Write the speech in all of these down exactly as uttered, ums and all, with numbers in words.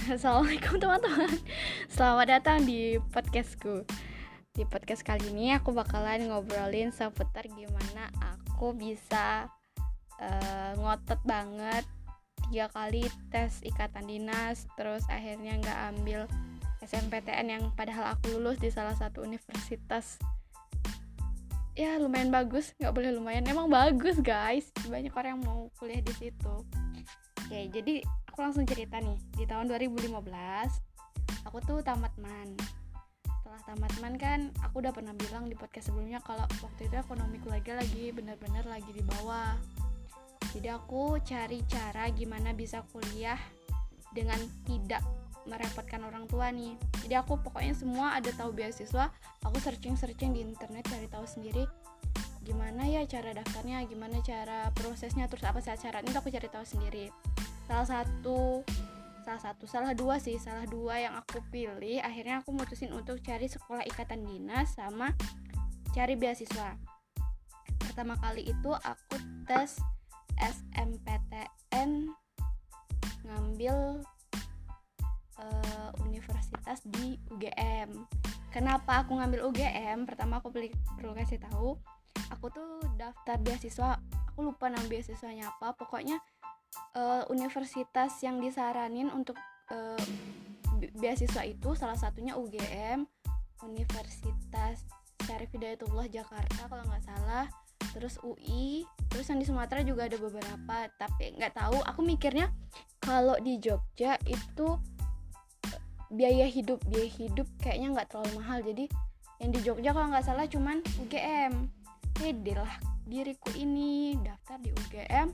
Assalamualaikum teman-teman. Selamat datang di podcastku. Di podcast kali ini aku bakalan ngobrolin seputar gimana aku bisa uh, ngotot banget tiga kali tes ikatan dinas, terus akhirnya gak ambil S M P T N yang padahal aku lulus di salah satu universitas. Ya lumayan bagus, gak boleh lumayan, emang bagus guys. Banyak orang yang mau kuliah di situ. Oke, jadi aku langsung cerita nih. Di tahun dua ribu lima belas aku tuh tamat man. Setelah tamat man kan aku udah pernah bilang di podcast sebelumnya kalau waktu itu ekonomi keluarga lagi bener-bener lagi di bawah. Jadi aku cari cara gimana bisa kuliah dengan tidak merepotkan orang tua nih. Jadi aku pokoknya semua ada tahu beasiswa, aku searching-searching di internet cari tahu sendiri gimana ya cara daftarnya, gimana cara prosesnya, terus apa syarat-syaratnya, itu aku cari tahu sendiri. Salah satu salah satu salah dua sih salah dua yang aku pilih, akhirnya aku mutusin untuk cari sekolah ikatan dinas sama cari beasiswa. Pertama kali itu aku tes S M P T N ngambil uh, universitas di U G M. Kenapa aku ngambil U G M? Pertama aku perlu, perlu kasih tahu, aku tuh daftar beasiswa, aku lupa nama beasiswanya apa, pokoknya Uh, universitas yang disaranin untuk uh, beasiswa itu salah satunya U G M, Universitas Syarif Hidayatullah Jakarta kalau nggak salah, terus U I, terus yang di Sumatera juga ada beberapa, tapi nggak tahu. Aku mikirnya kalau di Jogja itu biaya hidup biaya hidup kayaknya nggak terlalu mahal, jadi yang di Jogja kalau nggak salah cuman U G M. Pede lah diriku ini daftar di U G M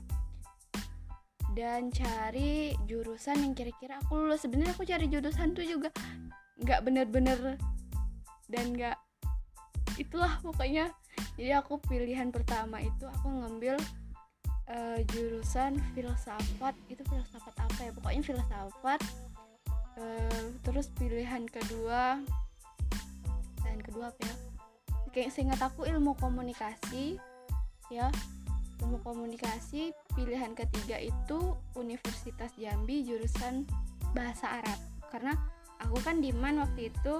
dan cari jurusan yang kira-kira aku lulus. Sebenarnya aku cari jurusan tuh juga nggak bener-bener dan nggak itulah pokoknya. Jadi aku pilihan pertama itu aku ngambil uh, jurusan filsafat. Itu filsafat apa ya, pokoknya filsafat. Uh, terus pilihan kedua pilihan kedua apa ya, kayak seingat aku ilmu komunikasi ya, ilmu komunikasi. Pilihan ketiga itu Universitas Jambi jurusan bahasa Arab, karena aku kan di M A N waktu itu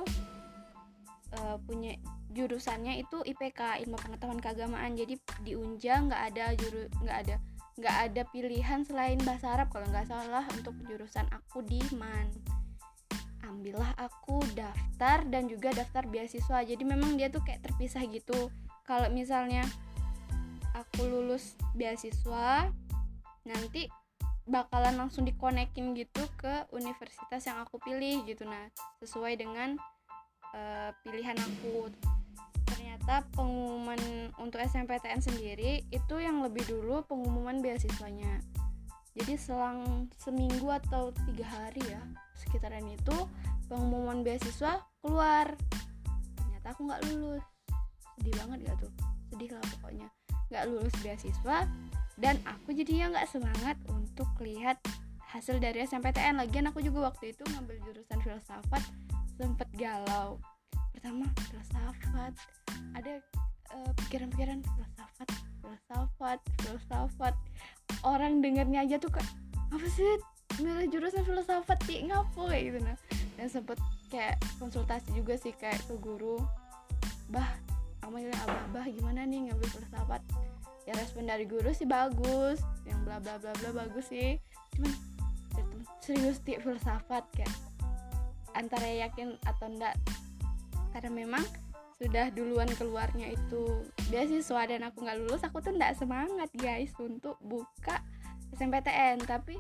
uh, punya jurusannya itu I P K, ilmu pengetahuan keagamaan. Jadi di Unja nggak ada juru nggak ada nggak ada pilihan selain bahasa Arab kalau nggak salah untuk jurusan aku di M A N. Ambillah aku daftar dan juga daftar beasiswa. Jadi memang dia tuh kayak terpisah gitu. Kalau misalnya aku lulus beasiswa, nanti bakalan langsung dikonekin gitu ke universitas yang aku pilih gitu. Nah, sesuai dengan uh, pilihan aku. Ternyata pengumuman untuk S M P T N sendiri itu yang lebih dulu pengumuman beasiswanya. Jadi selang seminggu atau tiga hari ya, sekitaran itu pengumuman beasiswa keluar. Ternyata aku nggak lulus. Sedih banget gak tuh? Sedih lah pokoknya. Nggak lulus beasiswa, dan aku jadinya nggak semangat untuk lihat hasil dari S M P T N. Lagian aku juga waktu itu ngambil jurusan filsafat, sempet galau. Pertama filsafat, ada uh, pikiran-pikiran filsafat, filsafat, filsafat. Orang dengernya aja tuh kayak apa sih milih jurusan filsafat sih, ngapo kayak gitu. Nah, dan sempet kayak konsultasi juga sih kayak ke guru, bah amalnya abah bah gimana nih ngambil filsafat. Ya respon dari guru sih bagus, yang bla bla bla bla bagus sih, cuman serius di filsafat kayak antara yakin atau enggak, karena memang sudah duluan keluarnya itu beasiswa dan aku nggak lulus. Aku tuh nggak semangat guys untuk buka S M P T N, tapi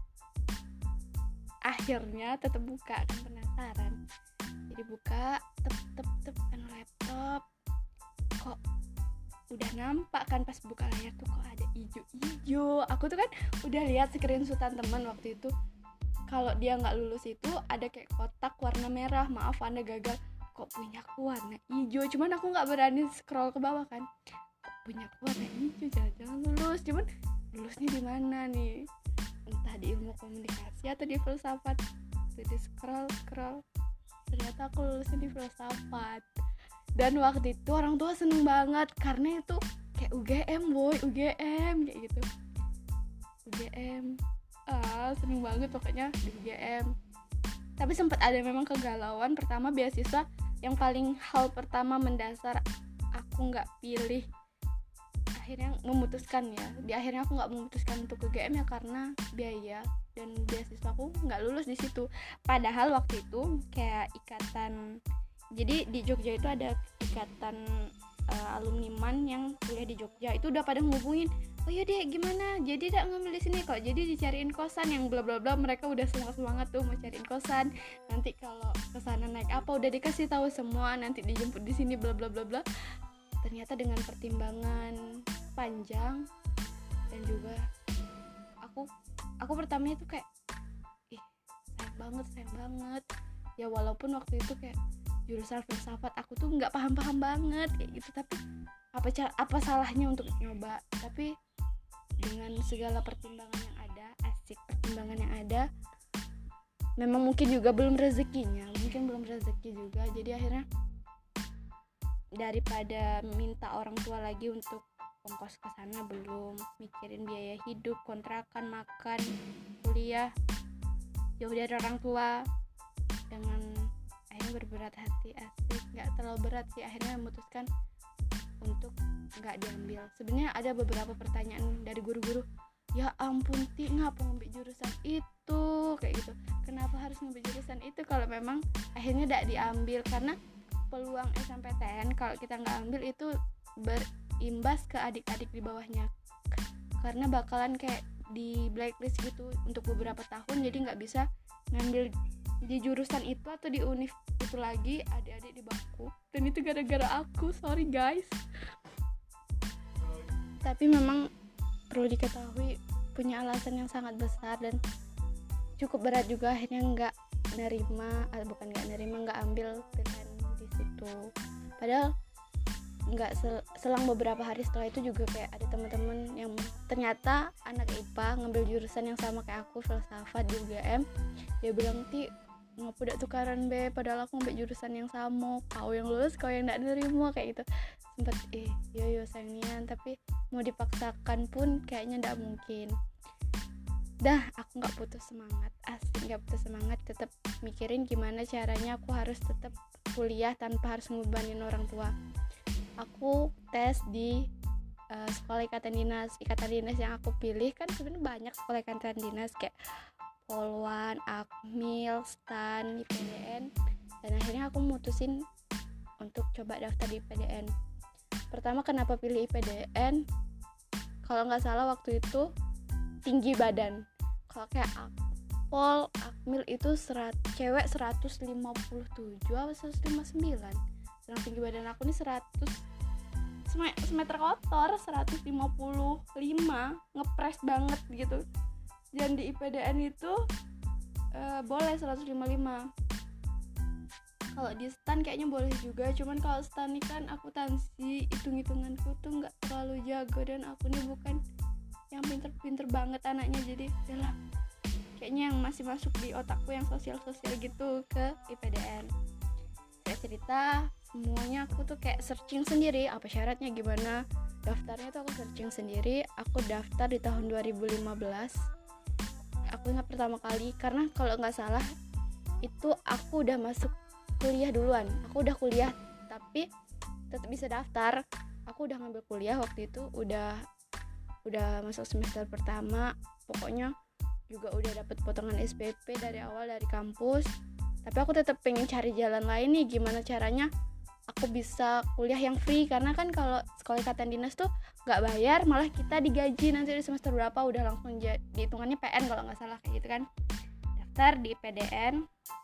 akhirnya tetap buka kan, penasaran. Jadi buka tep tep tep kan laptop, kok udah nampak kan pas buka layar tuh kok ada ijo-ijo. Aku tuh kan udah lihat screenshotan teman waktu itu, kalau dia nggak lulus itu ada kayak kotak warna merah, maaf anda gagal. Kok punya aku warna hijau, cuman aku nggak berani scroll ke bawah kan. Kok punya aku warna hijau, jangan-jangan lulus. Cuman lulusnya di mana nih? Entah di ilmu komunikasi atau di filsafat. Jadi scroll scroll, ternyata aku lulusnya di filsafat. Dan waktu itu orang tua seneng banget karena itu kayak U G M boy, U G M kayak gitu. U G M, ah seneng banget pokoknya di U G M. tapi sempat ada memang kegalauan. Pertama beasiswa, yang paling hal pertama mendasar aku nggak pilih, akhirnya memutuskan ya di akhirnya aku nggak memutuskan untuk ke U G M ya karena biaya dan beasiswa aku nggak lulus di situ. Padahal waktu itu kayak ikatan, jadi di Jogja itu ada ikatan uh, alumni man yang kuliah di Jogja, itu udah pada ngubungin, oh iya deh gimana jadi tidak ngambil di sini kok, jadi dicariin kosan yang bla bla bla. Mereka udah semangat semangat tuh mau cariin kosan, nanti kalau kesana naik apa udah dikasih tahu semua, nanti dijemput di sini bla bla bla bla. Ternyata dengan pertimbangan panjang dan juga aku aku pertamanya tuh kayak ih sayang banget sayang banget ya, walaupun waktu itu kayak jurusan filsafat aku tuh nggak paham-paham banget kayak gitu, tapi apa apa salahnya untuk nyoba. Tapi dengan segala pertimbangan yang ada, asik pertimbangan yang ada, memang mungkin juga belum rezekinya, mungkin belum rezeki juga. Jadi akhirnya daripada minta orang tua lagi untuk ongkos ke sana, belum mikirin biaya hidup, kontrakan, makan, kuliah jauh dari orang tua, dengan akhirnya berberat hati, asik nggak terlalu berat sih, akhirnya memutuskan untuk nggak diambil. Sebenarnya ada beberapa pertanyaan dari guru-guru, ya ampun Ti, ngapa ngambil jurusan itu kayak gitu, kenapa harus ngambil jurusan itu kalau memang akhirnya nggak diambil. Karena peluang S M P T N kalau kita nggak ambil itu berimbas ke adik-adik di bawahnya, karena bakalan kayak di blacklist gitu untuk beberapa tahun, jadi nggak bisa ngambil di jurusan itu atau di univ itu lagi adik-adik di bawahku. Dan itu gara-gara aku, sorry guys. Tapi memang perlu diketahui punya alasan yang sangat besar dan cukup berat juga, akhirnya nggak nerima, ah, bukan nggak nerima, nggak ambil pilihan di situ. Padahal nggak sel- selang beberapa hari setelah itu juga kayak ada teman-teman yang ternyata anak I P A ngambil jurusan yang sama kayak aku, filsafat di U G M. Dia bilang, Ti, ngapa udah tukaran be, padahal aku ngambil jurusan yang sama, kau yang lulus kau yang nggak nerima kayak gitu. Sempet eh yo yo sayangnya, tapi mau dipaksakan pun kayaknya nggak mungkin. Dah, aku nggak putus semangat, asli nggak putus semangat, tetap mikirin gimana caranya aku harus tetap kuliah tanpa harus ngebebanin orang tua. Aku tes di uh, sekolah ikatan dinas. Ikatan dinas yang aku pilih kan sebenarnya banyak sekolah ikatan dinas kayak Polwan, Akmil, Stan, I P D N. Dan akhirnya aku mutusin untuk coba daftar di I P D N. Pertama kenapa pilih I P D N? Kalau nggak salah waktu itu tinggi badan. Kalau kayak Pol, Akmil itu serat, cewek seratus lima puluh tujuh atau seratus lima puluh sembilan. Sedang tinggi badan aku nih seratus semeter kotor, seratus lima puluh lima, ngepres banget gitu. Dan di I P D N itu uh, boleh seratus lima puluh lima. Kalau di Stan kayaknya boleh juga, cuman kalau Stan nih kan akuntansi, hitung-hitunganku tuh nggak terlalu jago dan aku nih bukan yang pinter-pinter banget anaknya, jadi udahlah, kayaknya yang masih masuk di otakku yang sosial-sosial gitu ke I P D N. Saya cerita semuanya, aku tuh kayak searching sendiri apa syaratnya gimana, daftarnya tuh aku searching sendiri. Aku daftar di tahun dua ribu lima belas. Aku ingat pertama kali, karena kalau nggak salah itu aku udah masuk kuliah duluan. Aku udah kuliah tapi tetap bisa daftar. Aku udah ngambil kuliah waktu itu, udah udah masuk semester pertama, pokoknya juga udah dapet potongan S P P dari awal dari kampus. Tapi aku tetap pengen cari jalan lain nih, gimana caranya aku bisa kuliah yang free, karena kan kalau sekolah ikatan dinas tuh nggak bayar, malah kita digaji nanti di semester berapa udah langsung j- dihitungannya P N kalau nggak salah kayak gitu kan. Daftar di I P D N.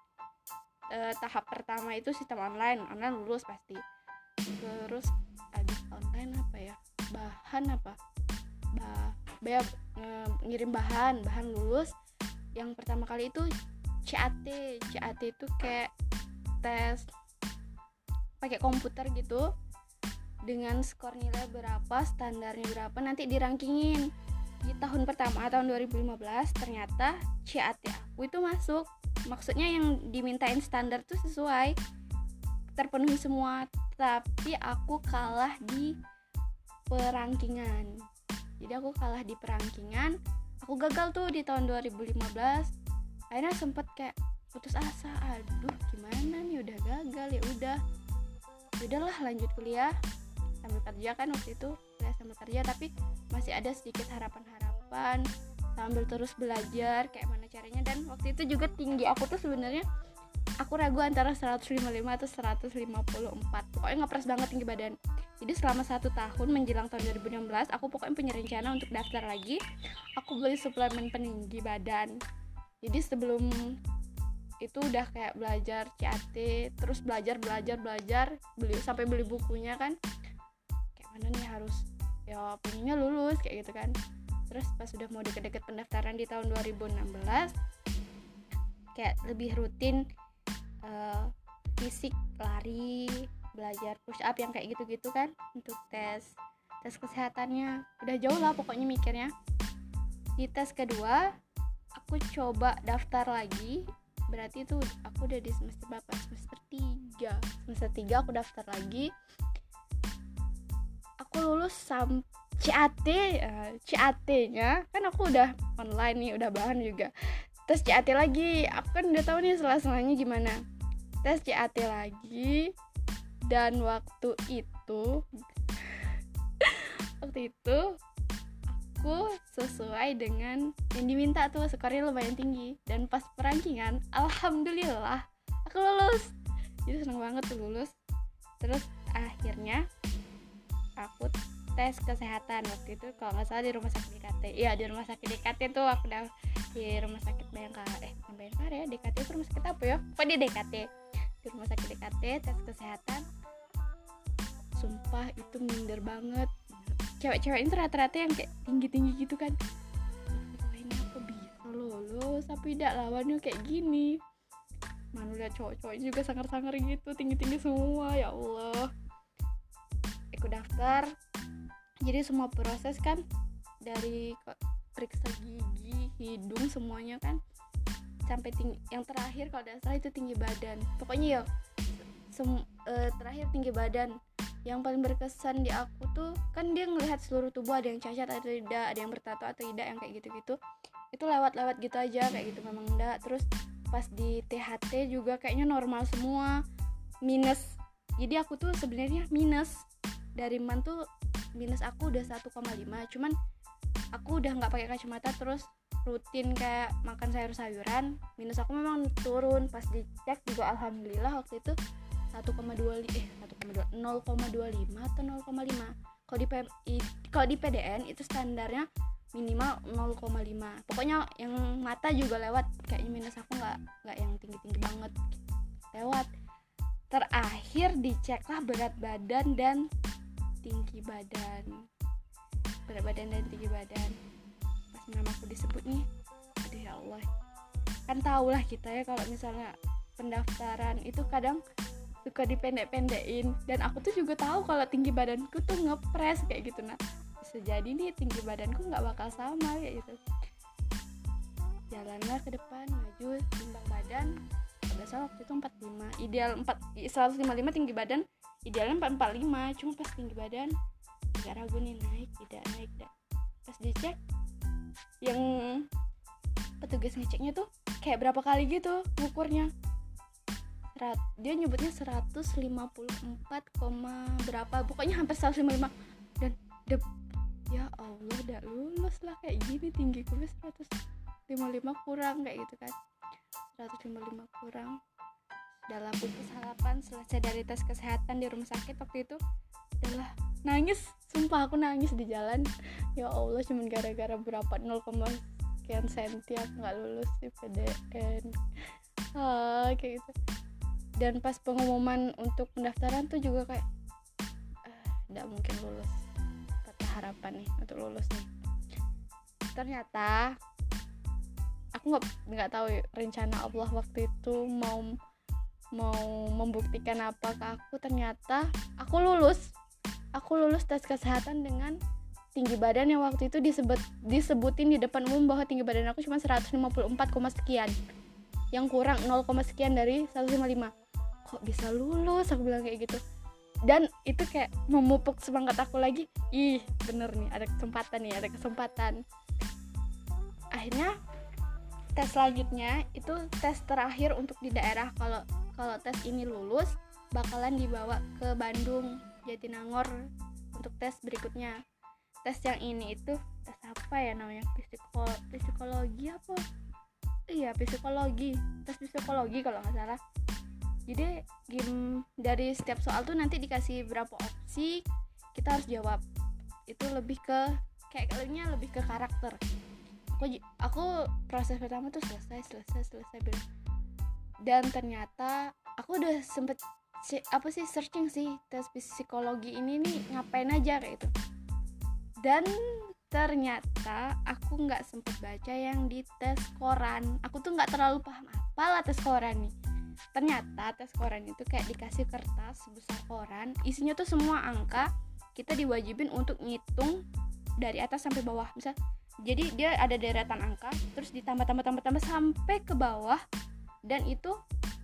E, tahap pertama itu sistem online, online lulus pasti. Terus abis online apa ya? Bahan apa? Bah, bayar e, ngirim bahan, bahan lulus. Yang pertama kali itu C A T. C A T itu kayak tes pakai komputer gitu, dengan skor nilai berapa, standarnya berapa, nanti dirankingin. Di tahun pertama, tahun dua ribu lima belas, ternyata C A T aku itu masuk. Maksudnya yang dimintain standar tuh sesuai, terpenuhi semua, tapi aku kalah di perankingan. Jadi aku kalah di perankingan, aku gagal tuh di tahun dua ribu lima belas. Akhirnya sempet kayak putus asa, aduh gimana nih, udah gagal, ya udah udahlah lanjut kuliah sambil kerja kan waktu itu, kuliah sambil kerja, tapi masih ada sedikit harapan-harapan sambil terus belajar kayak mana caranya. Dan waktu itu juga tinggi aku tuh sebenarnya aku ragu antara seratus lima puluh lima atau seratus lima puluh empat, pokoknya ngepres banget tinggi badan. Jadi selama satu tahun menjelang tahun dua ribu enam belas aku pokoknya punya rencana untuk daftar lagi, aku beli suplemen peninggi badan. Jadi sebelum itu udah kayak belajar C A T, terus belajar belajar belajar beli sampai beli bukunya kan, kayak mana nih harus ya pengennya lulus kayak gitu kan. Terus pas udah mau deket-deket pendaftaran di tahun dua ribu enam belas kayak lebih rutin uh, fisik, lari, belajar push up yang kayak gitu-gitu kan, untuk tes tes kesehatannya udah jauh lah pokoknya mikirnya. Di tes kedua aku coba daftar lagi, berarti itu aku udah di semester berapa, semester tiga semester tiga aku daftar lagi, aku lulus sampai C A T. uh, C A T-nya kan aku udah online nih, udah bahan juga. Tes C A T lagi, aku kan udah tahu nih sela-selanya gimana. Tes C A T lagi, dan waktu itu waktu itu aku sesuai dengan yang diminta tuh, skornya lumayan tinggi. Dan pas perankingan, alhamdulillah aku lulus. Jadi seneng banget tuh lulus. Terus akhirnya aku tes kesehatan waktu itu kalau nggak salah di rumah sakit D K T. Iya di rumah sakit D K T tuh aku udah di rumah sakit Bayangkara. Eh bukan Bayangkara ya, D K T itu rumah sakit apa ya? Pokoknya di D K T, di rumah sakit D K T tes kesehatan. Sumpah itu minder banget. Cewek-cewek itu rata-rata yang kayak tinggi-tinggi gitu kan. Wah ini aku bisa lolos, tapi tidak lawannya kayak gini. Mana lihat cowok-cowoknya juga sangar-sangar gitu, tinggi-tinggi semua, ya Allah. Aku daftar. Jadi semua proses kan dari periksa gigi, hidung semuanya kan sampai tinggi, yang terakhir kalau tidak salah itu tinggi badan. Pokoknya ya sem- uh, terakhir tinggi badan. Yang paling berkesan di aku tuh kan dia ngelihat seluruh tubuh, ada yang cacat atau tidak, ada yang bertato atau tidak, yang kayak gitu-gitu. Itu lewat-lewat gitu aja kayak gitu memang enggak. Terus pas di T H T juga kayaknya normal semua, minus. Jadi aku tuh sebenarnya minus dari man tuh minus aku udah satu koma lima, cuman aku udah nggak pakai kacamata, terus rutin kayak makan sayur-sayuran, minus aku memang turun. Pas dicek juga alhamdulillah waktu itu satu koma dua eh satu koma dua nol koma dua lima atau nol koma lima. Kalau di P, kalau di P D N itu standarnya minimal nol koma lima. Pokoknya yang mata juga lewat, kayaknya minus aku nggak nggak yang tinggi-tinggi banget, lewat. Terakhir diceklah berat badan dan tinggi badan, berat badan dan tinggi badan. Pas nama aku disebut nih, aduh ya Allah, kan tau lah kita ya kalau misalnya pendaftaran itu kadang suka dipendek-pendekin, dan aku tuh juga tahu kalau tinggi badanku tuh ngepres kayak gitu. Nah bisa jadi nih tinggi badanku nggak bakal sama kayak gitu. Jalanlah ke depan, maju, timbang badan, pada saat waktu itu empat puluh lima, ideal empat seratus lima puluh lima tinggi badan, idealnya empat empat lima. Cuma pas tinggi badan agak ragu nih, naik tidak naik tidak. Pas dicek, yang petugas ngeceknya tuh kayak berapa kali gitu ngukurnya, dia nyebutnya seratus lima puluh empat, berapa, pokoknya hampir seratus lima puluh lima. Dan dep, ya Allah udah lulus lah kayak gini, tinggi gue seratus lima puluh lima kurang kayak gitu kan, seratus lima puluh lima kurang. Dalam putus harapan selesai dari tes kesehatan di rumah sakit waktu itu, adalah nangis, sumpah aku nangis di jalan. Ya Allah, cuman gara-gara berapa nol, sekian senti aku nggak lulus di P D N. Ah, kayak gitu. Dan pas pengumuman untuk pendaftaran tuh juga kayak nggak uh, mungkin lulus, patah harapan nih untuk lulus nih. Ternyata aku nggak nggak tahu rencana Allah waktu itu mau mau membuktikan apa ke aku. Ternyata aku lulus aku lulus tes kesehatan dengan tinggi badan yang waktu itu disebut disebutin di depan umum bahwa tinggi badan aku cuma seratus lima puluh empat, sekian, yang kurang nol, sekian dari seratus lima puluh lima. Kok bisa lulus, aku bilang kayak gitu. Dan itu kayak memupuk semangat aku lagi, ih bener nih, ada kesempatan nih ada kesempatan. Akhirnya tes selanjutnya itu tes terakhir untuk di daerah. Kalau kalau tes ini lulus bakalan dibawa ke Bandung, Jatinangor untuk tes berikutnya. Tes yang ini itu tes apa ya namanya? Psikolo, psikologi apa? Iya, psikologi. Tes psikologi kalau nggak salah. Jadi game dari setiap soal tuh nanti dikasih berapa opsi, kita harus jawab. Itu lebih ke kayak kayaknya lebih ke karakter. Aku aku proses pertama tuh selesai selesai selesai dan ternyata aku udah sempet si, apa sih searching sih tes psikologi ini nih ngapain aja kayak itu, dan ternyata aku nggak sempet baca yang di tes koran. Aku tuh nggak terlalu paham apalah tes koran nih. Ternyata tes koran itu kayak dikasih kertas sebesar koran, isinya tuh semua angka, kita diwajibin untuk ngitung dari atas sampai bawah. Misal jadi dia ada deretan angka, terus ditambah tambah tambah tambah sampai ke bawah. Dan itu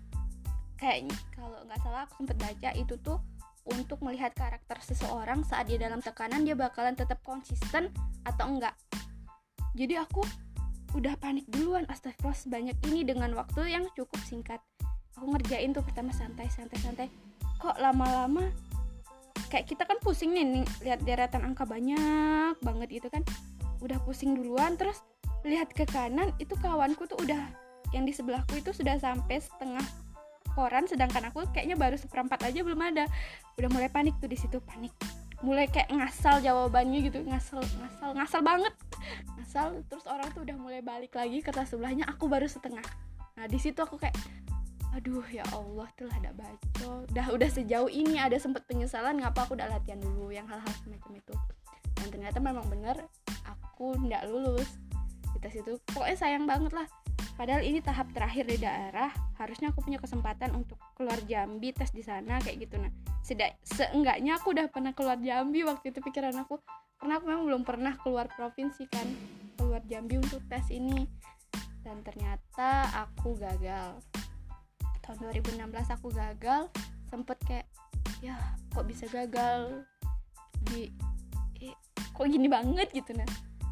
kayaknya kalau nggak salah aku sempet baca itu tuh untuk melihat karakter seseorang saat dia dalam tekanan, dia bakalan tetap konsisten atau enggak. Jadi aku udah panik duluan, astagfirullah sebanyak ini dengan waktu yang cukup singkat. Aku ngerjain tuh pertama santai santai santai. Kok lama-lama kayak kita kan pusing nih, nih lihat deretan angka banyak banget gitu kan. Udah pusing duluan, terus lihat ke kanan, itu kawanku tuh udah yang di sebelahku itu sudah sampai setengah koran, sedangkan aku kayaknya baru seperempat aja belum ada. Udah mulai panik tuh di situ, panik. Mulai kayak ngasal jawabannya gitu, ngasal ngasal ngasal banget. Ngasal, terus orang tuh udah mulai balik lagi ke tas sebelahnya, aku baru setengah. Nah, di situ aku kayak aduh ya Allah, telah ada baco. Udah udah sejauh ini ada sempet penyesalan ngapa aku udah latihan dulu yang hal-hal semacam itu. Dan ternyata memang bener aku nggak lulus di tes itu. Pokoknya sayang banget lah. Padahal ini tahap terakhir di daerah, harusnya aku punya kesempatan untuk keluar Jambi tes di sana kayak gitu. Nah, sedak seenggaknya aku udah pernah keluar Jambi waktu itu pikiran aku, karena aku memang belum pernah keluar provinsi kan, keluar Jambi untuk tes ini. Dan ternyata aku gagal. Tahun dua ribu enam belas aku gagal, sempet kayak ya kok bisa gagal di eh, kok gini banget gitu. Nah,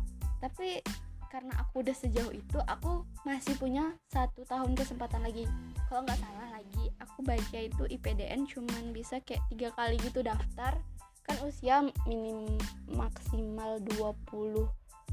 tapi karena aku udah sejauh itu, aku masih punya satu tahun kesempatan lagi. Kalau nggak salah lagi, aku baca itu I P D N cuman bisa kayak tiga kali gitu daftar. Kan usia minim maksimal dua puluh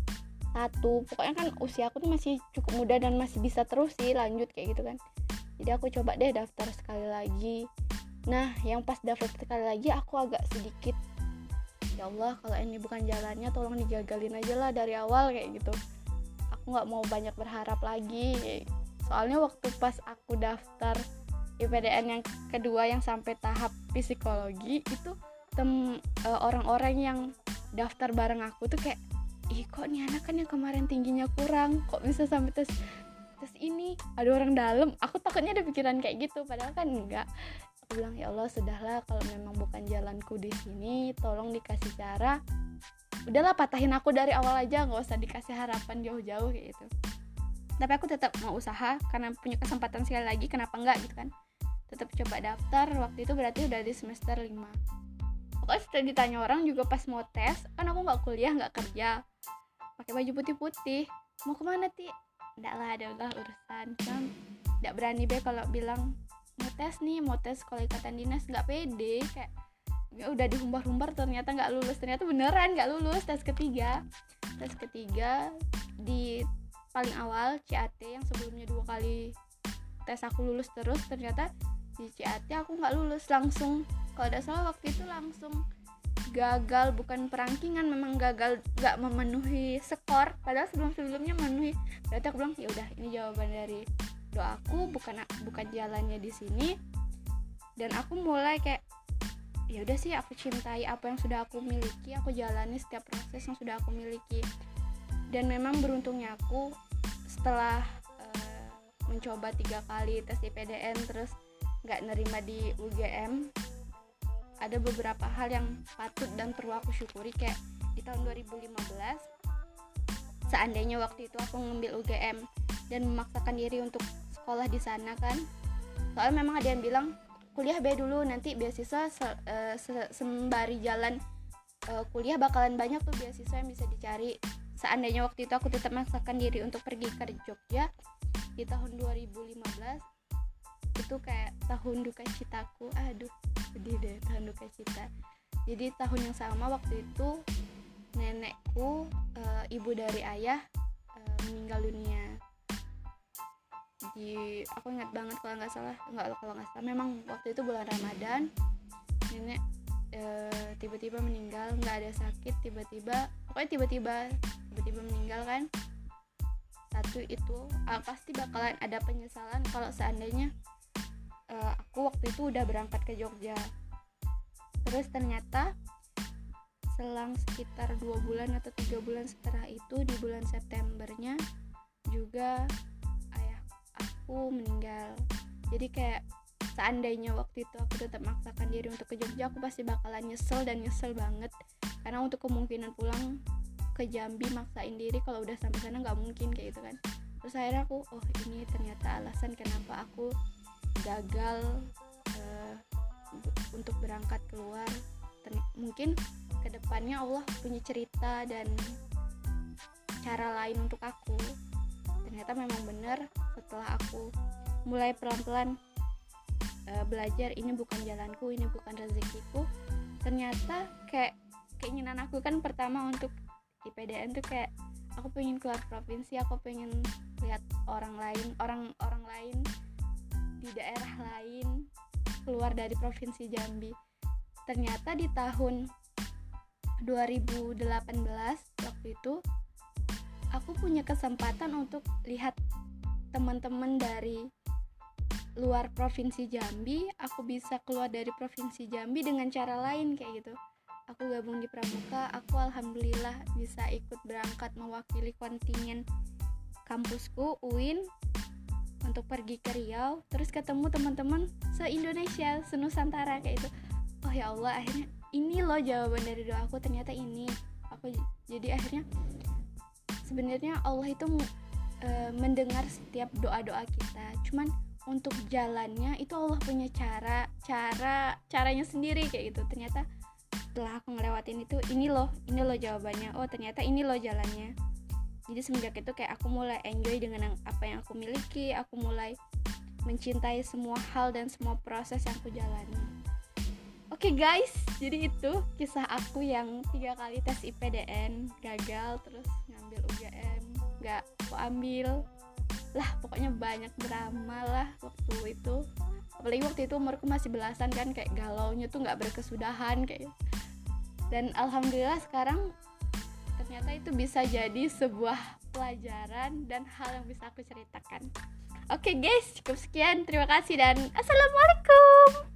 satu. Pokoknya kan usia aku tuh masih cukup muda dan masih bisa terus sih lanjut kayak gitu kan. Jadi aku coba deh daftar sekali lagi. Nah, yang pas daftar sekali lagi aku agak sedikit, ya Allah, kalau ini bukan jalannya tolong digagalin aja lah dari awal kayak gitu. Aku gak mau banyak berharap lagi. Soalnya waktu pas aku daftar I P D N yang kedua yang sampai tahap psikologi itu tem, uh, orang-orang yang daftar bareng aku tuh kayak, ih kok nih anak kan yang kemarin tingginya kurang, kok bisa sampai tes tes ini, ada orang dalam. Aku takutnya ada pikiran kayak gitu, padahal kan enggak. Aku bilang ya Allah sudahlah, kalau memang bukan jalanku di sini, tolong dikasih cara. Udahlah patahin aku dari awal aja, nggak usah dikasih harapan jauh-jauh kayak gitu. Tapi aku tetap mau usaha karena punya kesempatan sekali lagi, kenapa enggak gitu kan. Tetap coba daftar. Waktu itu berarti udah di semester lima. Pokoknya setelah ditanya orang juga pas mau tes, kan aku nggak kuliah nggak kerja, pakai baju putih-putih, mau kemana Ti? Nggak lah, ada udah urusan kan. Nggak berani be kalau bilang mau tes nih, mau tes kalau ikatan dinas, nggak pede kayak ya udah dihumbar-humbar, ternyata nggak lulus. Ternyata beneran nggak lulus tes ketiga. Tes ketiga di paling awal C A T yang sebelumnya dua kali tes aku lulus terus, ternyata di C A T aku nggak lulus langsung. Kalau tidak salah waktu itu langsung gagal, bukan perangkingan, memang gagal, nggak memenuhi skor. Padahal sebelum-sebelumnya memenuhi. Berarti aku bilang ya udah ini jawaban dari doaku, bukan bukan jalannya di sini. Dan aku mulai kayak ya udah sih, aku cintai apa yang sudah aku miliki, aku jalani setiap proses yang sudah aku miliki. Dan memang beruntungnya aku setelah uh, mencoba tiga kali tes I P D N terus nggak nerima di U G M, ada beberapa hal yang patut dan perlu aku syukuri. Kayak di tahun dua ribu lima belas, seandainya waktu itu aku ngambil U G M dan memaksakan diri untuk sekolah di sana kan, soalnya memang ada yang bilang kuliah B dulu, nanti beasiswa se- uh, se- sembari jalan uh, kuliah bakalan banyak tuh beasiswa yang bisa dicari seandainya waktu itu aku tetap memaksakan diri untuk pergi ke Jogja di tahun dua ribu lima belas, itu kayak tahun duka citaku. Aduh, sedih deh, tahun duka cita. Jadi tahun yang sama waktu itu nenekku, e, ibu dari ayah, e, meninggal dunia. Di aku ingat banget kalau nggak salah, nggak kalau nggak salah, memang waktu itu bulan Ramadan. Nenek e, tiba-tiba meninggal, nggak ada sakit, tiba-tiba, pokoknya tiba-tiba, tiba-tiba meninggal kan. Satu itu, uh, pasti bakalan ada penyesalan kalau seandainya uh, aku waktu itu udah berangkat ke Jogja. Terus ternyata selang sekitar dua bulan atau tiga bulan setelah itu, di bulan Septembernya juga ayah aku meninggal. Jadi kayak seandainya waktu itu aku tetap maksakan diri untuk ke Jogja, aku pasti bakalan nyesel dan nyesel banget. Karena untuk kemungkinan pulang ke Jambi maksain diri, kalau udah sampai sana nggak mungkin kayak gitu kan. Terus akhirnya aku, oh ini ternyata alasan kenapa aku gagal uh, untuk berangkat keluar. Ten- mungkin kedepannya Allah punya cerita dan cara lain untuk aku. Ternyata memang benar, setelah aku mulai pelan-pelan uh, belajar, ini bukan jalanku, ini bukan rezekiku. Ternyata kayak keinginan aku kan pertama untuk I P D N tuh kayak aku pengen keluar provinsi, aku pengen lihat orang lain, orang-orang lain di daerah lain keluar dari provinsi Jambi. Ternyata di tahun dua ribu delapan belas waktu itu aku punya kesempatan untuk lihat teman-teman dari luar provinsi Jambi. Aku bisa keluar dari provinsi Jambi dengan cara lain kayak gitu. Aku gabung di Pramuka, aku alhamdulillah bisa ikut berangkat mewakili kontingen kampusku U I N untuk pergi ke Riau, terus ketemu teman-teman se-Indonesia, se-Nusantara kayak itu. Oh ya Allah, akhirnya ini loh jawaban dari doa aku, ternyata ini. Aku jadi akhirnya sebenarnya Allah itu e, mendengar setiap doa-doa kita. Cuman untuk jalannya itu Allah punya cara, cara caranya sendiri kayak gitu. Ternyata setelah aku ngelewatin itu, ini loh, ini loh jawabannya. Oh ternyata ini loh jalannya. Jadi semenjak itu kayak aku mulai enjoy dengan apa yang aku miliki. Aku mulai mencintai semua hal dan semua proses yang aku jalani. Oke okay guys, jadi itu kisah aku yang tiga kali tes I P D N gagal, terus ngambil U G M gak aku ambil. Lah pokoknya banyak drama lah waktu itu. Apalagi waktu itu umurku masih belasan kan, kayak galaunya tuh gak berkesudahan kayak. Dan alhamdulillah sekarang ternyata itu bisa jadi sebuah pelajaran dan hal yang bisa aku ceritakan. Oke guys, cukup sekian. Terima kasih dan assalamualaikum.